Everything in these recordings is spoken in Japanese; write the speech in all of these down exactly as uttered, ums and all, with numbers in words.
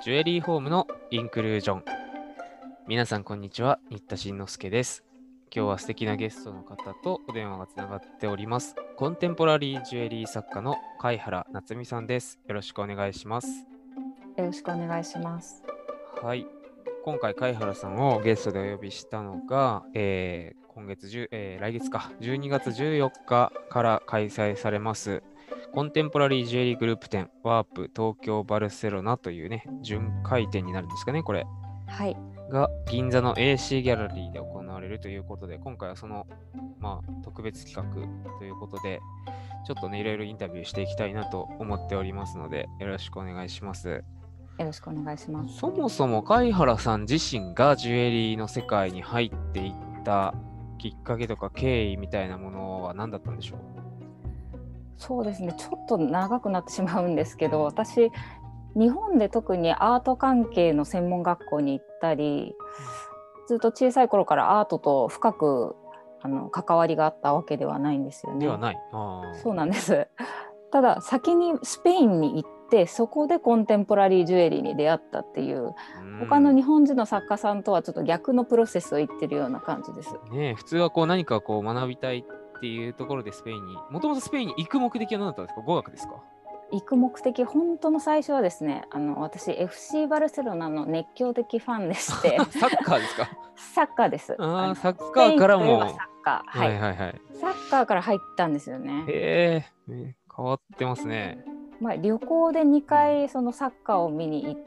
ジュエリーホームのインクルージョン。皆さんこんにちは、新田慎之介です。今日は素敵なゲストの方とお電話がつながっております。コンテンポラリージュエリー作家の貝原夏美さんです。よろしくお願いします。 よろしくお願いします。 はい。今回貝原さんをゲストでお呼びしたのが、えー、今月じゅう、えー、来月かじゅうにがつじゅうよっかから開催されますコンテンポラリージュエリーグループ展ワープ東京バルセロナというね巡回展になるんですかねこれ。 はい。 が銀座の エーシー ギャラリーで行われるということで、今回はその、まあ、特別企画ということで、ちょっとねいろいろインタビューしていきたいなと思っておりますので、よろしくお願いします。 よろしくお願いします。 そもそも貝原さん自身がジュエリーの世界に入っていったきっかけとか経緯みたいなものは何だったんでしょう？ そうですね、ちょっと長くなってしまうんですけど、私日本で特にアート関係の専門学校に行ったり、ずっと小さい頃からアートと深くあの関わりがあったわけではないんですよね。 ではない。あそうなんです。ただ先にスペインに行ってそこでコンテンポラリージュエリーに出会ったっていう、他の日本人の作家さんとはちょっと逆のプロセスを言ってるような感じです。 ねえ、普通はこう何かこう学びたいっていうところでスペインに、もともとスペインに行く目的は何だったんですか？語学ですか？ 行く目的、本当の最初はですね、あの私 エフシー バルセロナの熱狂的ファンでしてサッカーですか？ サッカーです。 ああ、サッカーからも。 サッカー、はい、 はいはいはい。 サッカーから入ったんですよね。 へえ、ね、変わってますね。 まあ、旅行でにかいそのサッカーを見に行って、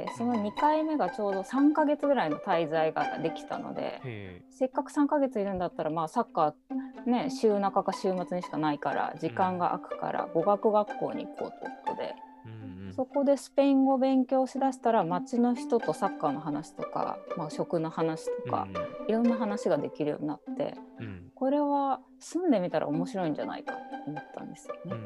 そのにかいめがちょうどさんかげつぐらいの滞在ができたので、 へせっかくさんかげついるんだったら、まあ、サッカー、ね、週中か週末にしかないから時間が空くから語学学校に行こうということで、 うんうん、 そこでスペイン語を勉強しだしたら街の人とサッカーの話とか、まあ、食の話とか、うん、いろんな話ができるようになって、うん、これは住んでみたら面白いんじゃないかと思ったんですよね。うんうん、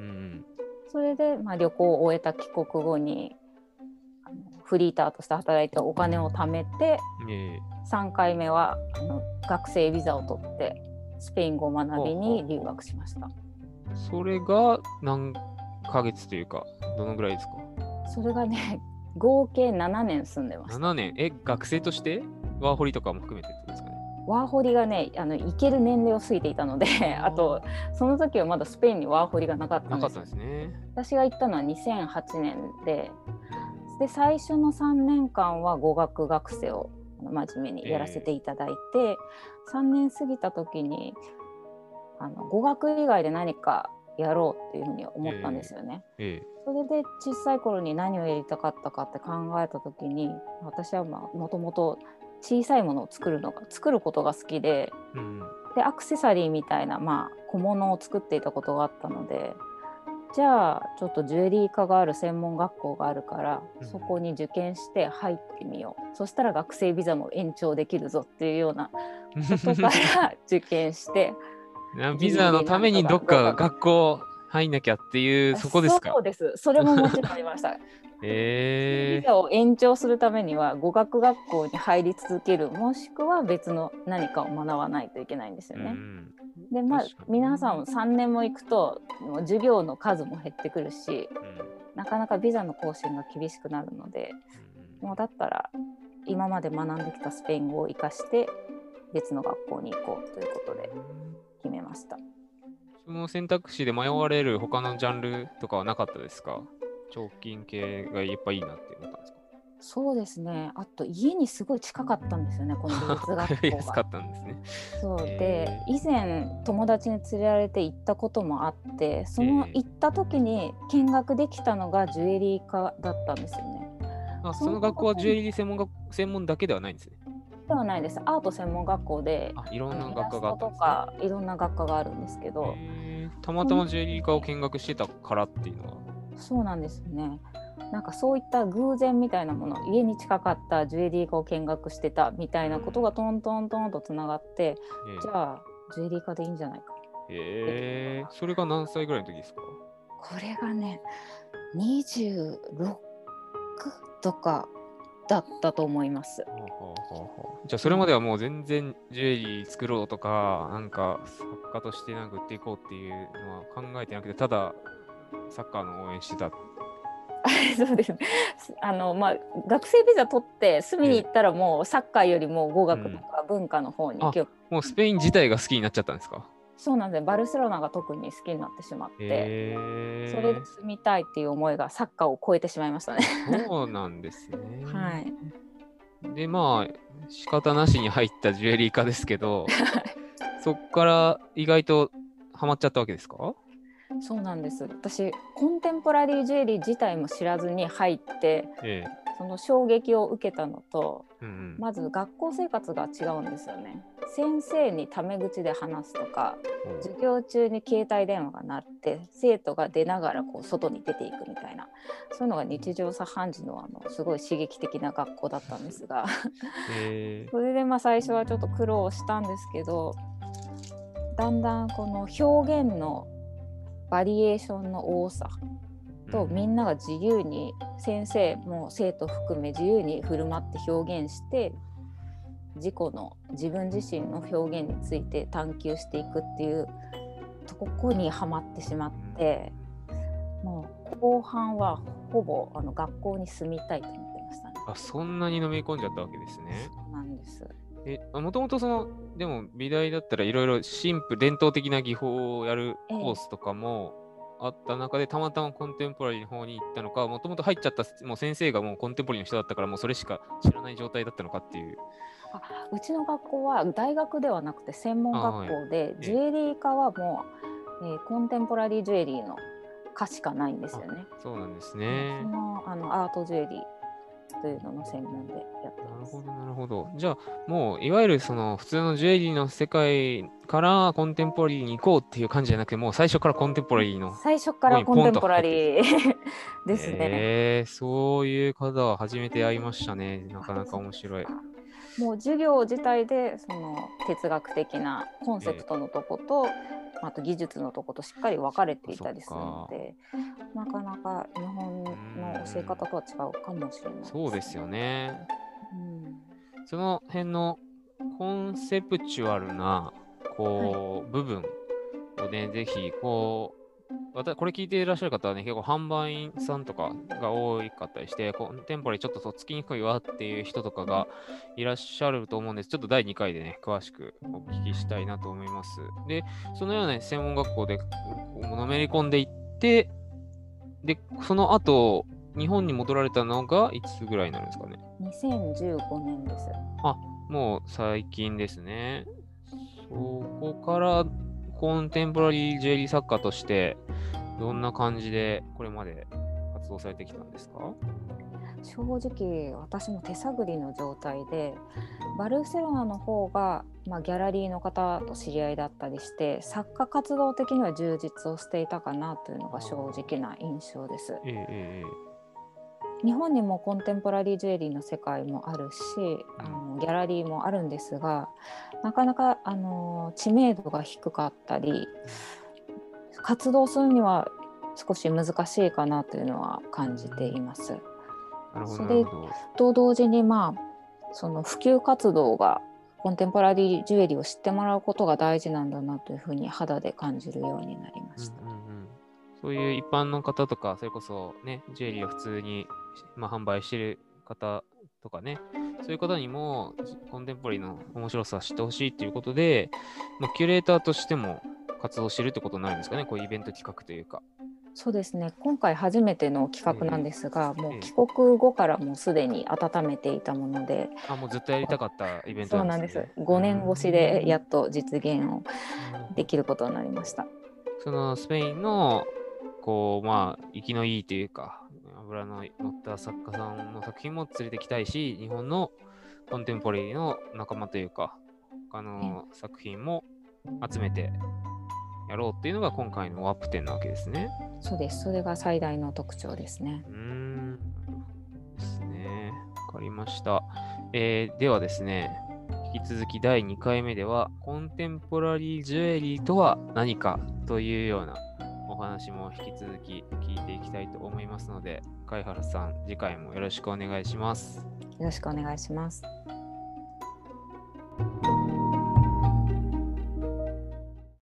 それで、まあ、旅行を終えた帰国後にあのフリーターとして働いてお金を貯めて、えー、さんかいめはあの学生ビザを取ってスペイン語を学びに留学しました。 それが何ヶ月というかどのぐらいですか？ それがね合計ななねん住んでました。 ななねん。え、学生としてワーホリとかも含めてってことですかね？ ワーホリがね、あの行ける年齢を過ぎていたのであとその時はまだスペインにワーホリがなかったんです。 なかったですね。 私が行ったのはにせんはちねんで、で最初のさんねんかんは語学学生を真面目にやらせていただいて、えー、さんねん過ぎた時にあの語学以外で何かやろうっていうふうに思ったんですよね。えーえー、それで小さい頃に何をやりたかったかって考えた時に、私はもともと小さいものを作るのが作ることが好きで、うん、でアクセサリーみたいな、まあ、小物を作っていたことがあったので、じゃあちょっとジュエリー科がある専門学校があるから、うん、そこに受験して入ってみよう、そしたら学生ビザも延長できるぞっていうようなことから受験してビザのためにどっか学校入んなきゃっていうそこですか？ そうです。それももちろんありました。 えー、 ビザを延長するためには語学学校に入り続ける、もしくは別の何かを学ばないといけないんですよね。うん、でまあ皆さんさんねんも行くともう授業の数も減ってくるし、うん、なかなかビザの更新が厳しくなるので、うん、もうだったら今まで学んできたスペイン語を生かして別の学校に行こうということで決めました。 その選択肢で迷われる他のジャンルとかはなかったですか？彫金系がやっぱいいなって思ったんですか？ そうですね。あと家にすごい近かったんですよね、この美術学校が。 安かったんですね。 そうで、以前友達に連れられて行ったこともあって、その行った時に見学できたのがジュエリー科だったんですよね。 あ、その学校はジュエリー専門学専門だけではないんですね。 ではないです。アート専門学校で、 あ、いろんな学科があったんですね。 とかいろんな学科があるんですけど、 たまたまジュエリー科を見学してたからっていうのは。 そうなんですよね。なんかそういった偶然みたいなもの、家に近かったジュエリー科を見学してたみたいなことがトントントンとつながって、えー、じゃあジュエリー科でいいんじゃないか。 えー、それが何歳ぐらいの時ですか？ これがねにじゅうろくとかだったと思います。はあはあはあ、じゃあそれまではもう全然ジュエリー作ろうとか、なんか作家としてなんか売っていこうっていうのは考えてなくて、ただサッカーの応援してた。 そうですね。あのまあ学生ビザ取って住みに行ったらもうサッカーよりも語学とか文化の方に興味、 うん、あ、もうスペイン自体が好きになっちゃったんですか？ そうなんですね。バルセロナが特に好きになってしまって、それで住みたいっていう思いがサッカーを超えてしまいましたね。 そうなんですね。 はい。 でまあ仕方なしに入ったジュエリー科ですけど、そっから意外とハマっちゃったわけですか？ そうなんです。私コンテンポラリージュエリー自体も知らずに入って、ええ、その衝撃を受けたのと、うんうん、まず学校生活が違うんですよね。先生にタメ口で話すとか、授業中に携帯電話が鳴って生徒が出ながらこう外に出ていくみたいな、そういうのが日常茶飯事の、あのすごい刺激的な学校だったんですが、えー、それでまあ最初はちょっと苦労したんですけど、だんだんこの表現のバリエーションの多さと、みんなが自由に、先生も生徒含め自由に振る舞って表現して、自己の自分自身の表現について探求していくっていうとこにはまってしまって、もう後半はほぼあの学校に住みたいと思ってましたね。 あ、そんなにのめり込んじゃったわけですね。 そうなんです。 え、もともとそのでも美大だったらいろいろシンプル伝統的な技法をやるコースとかもあった中で、えー、たまたまコンテンポラリーの方に行ったのか、もともと入っちゃったもう先生がもうコンテンポラリーの人だったからもうそれしか知らない状態だったのかっていう。 あ、うちの学校は大学ではなくて専門学校で、はい、ジュエリー科はもう、えー、コンテンポラリージュエリーの科しかないんですよね。 そうなんですね。 その、あのアートジュエリーというのの専門でやってます。 なるほどなるほど。じゃあもういわゆるその普通のジュエリーの世界からコンテンポラリーに行こうっていう感じじゃなくて、もう最初からコンテンポラリーの最初からコンテンポラリーですね。 えー、そういう方は初めて会いましたね。なかなか面白い。 もう授業自体でその哲学的なコンセプトのとこと、えー、あと技術のとことしっかり分かれていたりするので、なかなか日本の教え方とは違うかもしれないですね。 そうですよね。うん、その辺のコンセプチュアルなこう、はい、部分をね、ぜひこう私これ聞いていらっしゃる方はね、結構販売員さんとかが多かったりして、コンテンポラリーちょっととっつきにくいわっていう人とかがいらっしゃると思うんです。ちょっとだいにかいでね、詳しくお聞きしたいなと思います。で、そのような、ね、専門学校でのめり込んでいって、で、その後、日本に戻られたのがいつぐらいになるんですかね。 にせんじゅうごねんです。 あ、もう最近ですね。そこからコンテンポラリージュエリー作家としてどんな感じでこれまで活動されてきたんですか？ 正直私も手探りの状態で、バルセロナの方が、まあ、ギャラリーの方と知り合いだったりして作家活動的には充実をしていたかなというのが正直な印象です。ええええ、日本にもコンテンポラリージュエリーの世界もあるし、あのギャラリーもあるんですが、なかなかあの知名度が低かったり活動するには少し難しいかなというのは感じています。 なるほど。 それと同時に、まあ、その普及活動がコンテンポラリージュエリーを知ってもらうことが大事なんだなというふうに肌で感じるようになりました。うんうんうん、 そういう一般の方とか、それこそね、ジュエリーを普通に、まあ、販売している方とかね、そういう方にもコンテンポラリーの面白さを知ってほしいということで、まあ、キュレーターとしても活動してるってことになるんですかね、こういうイベント企画というか。 そうですね、今回初めての企画なんですが、えー、もう帰国後からもうすでに温めていたもので、 えー、あもうずっとやりたかったイベントなんですね。 そうなんです。ごねん越しでやっと実現をできることになりました。 そのスペインのこうまあ生きのいいというか脂の乗った作家さんの作品も連れてきたいし、日本のコンテンポラリーの仲間というか他の作品も集めてやろうっていうのが今回のワープ展なわけですね。 そうです。それが最大の特徴ですね。 うーんですね。わかりました。えー、ではですね、引き続きだいにかいめではコンテンポラリージュエリーとは何かというようなお話も引き続き聞いていきたいと思いますので、貝原さん次回もよろしくお願いします。 よろしくお願いします。